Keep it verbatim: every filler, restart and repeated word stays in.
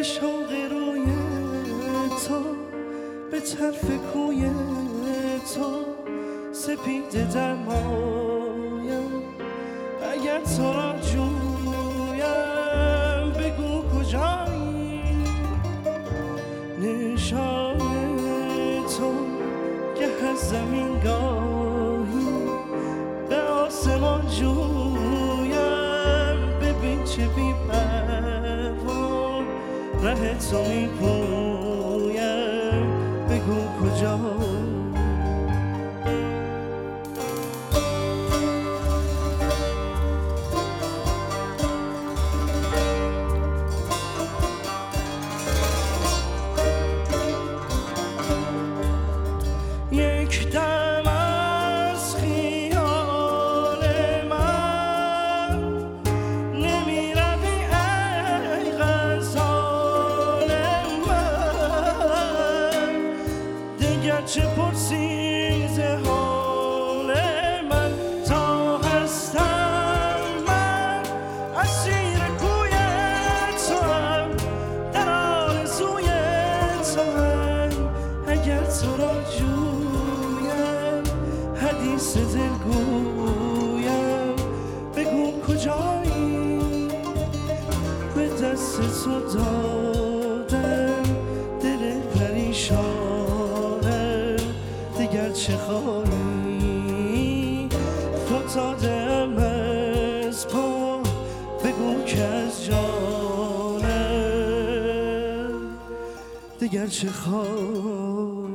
شوق روی تو به طرف کوی تو سپیده در مایم اگر تو را جویم بگو کجایی نشان تو که از زمین گاهی به آسمان جویم ببین چه بی پروا ره تو می پویم بگو کجا یک دم از خیال من نمی روی ای غزال من دیگر چه پرسی ز حال من تا هستم من اسیر کوی توام در آرزوی توام اگر تو را حدیث دل گویم بگو کجایی به دست تو دادم دل پریشانم دیگر چه خواهی فتادم از پا بگو که از جانم دیگر چه خواهی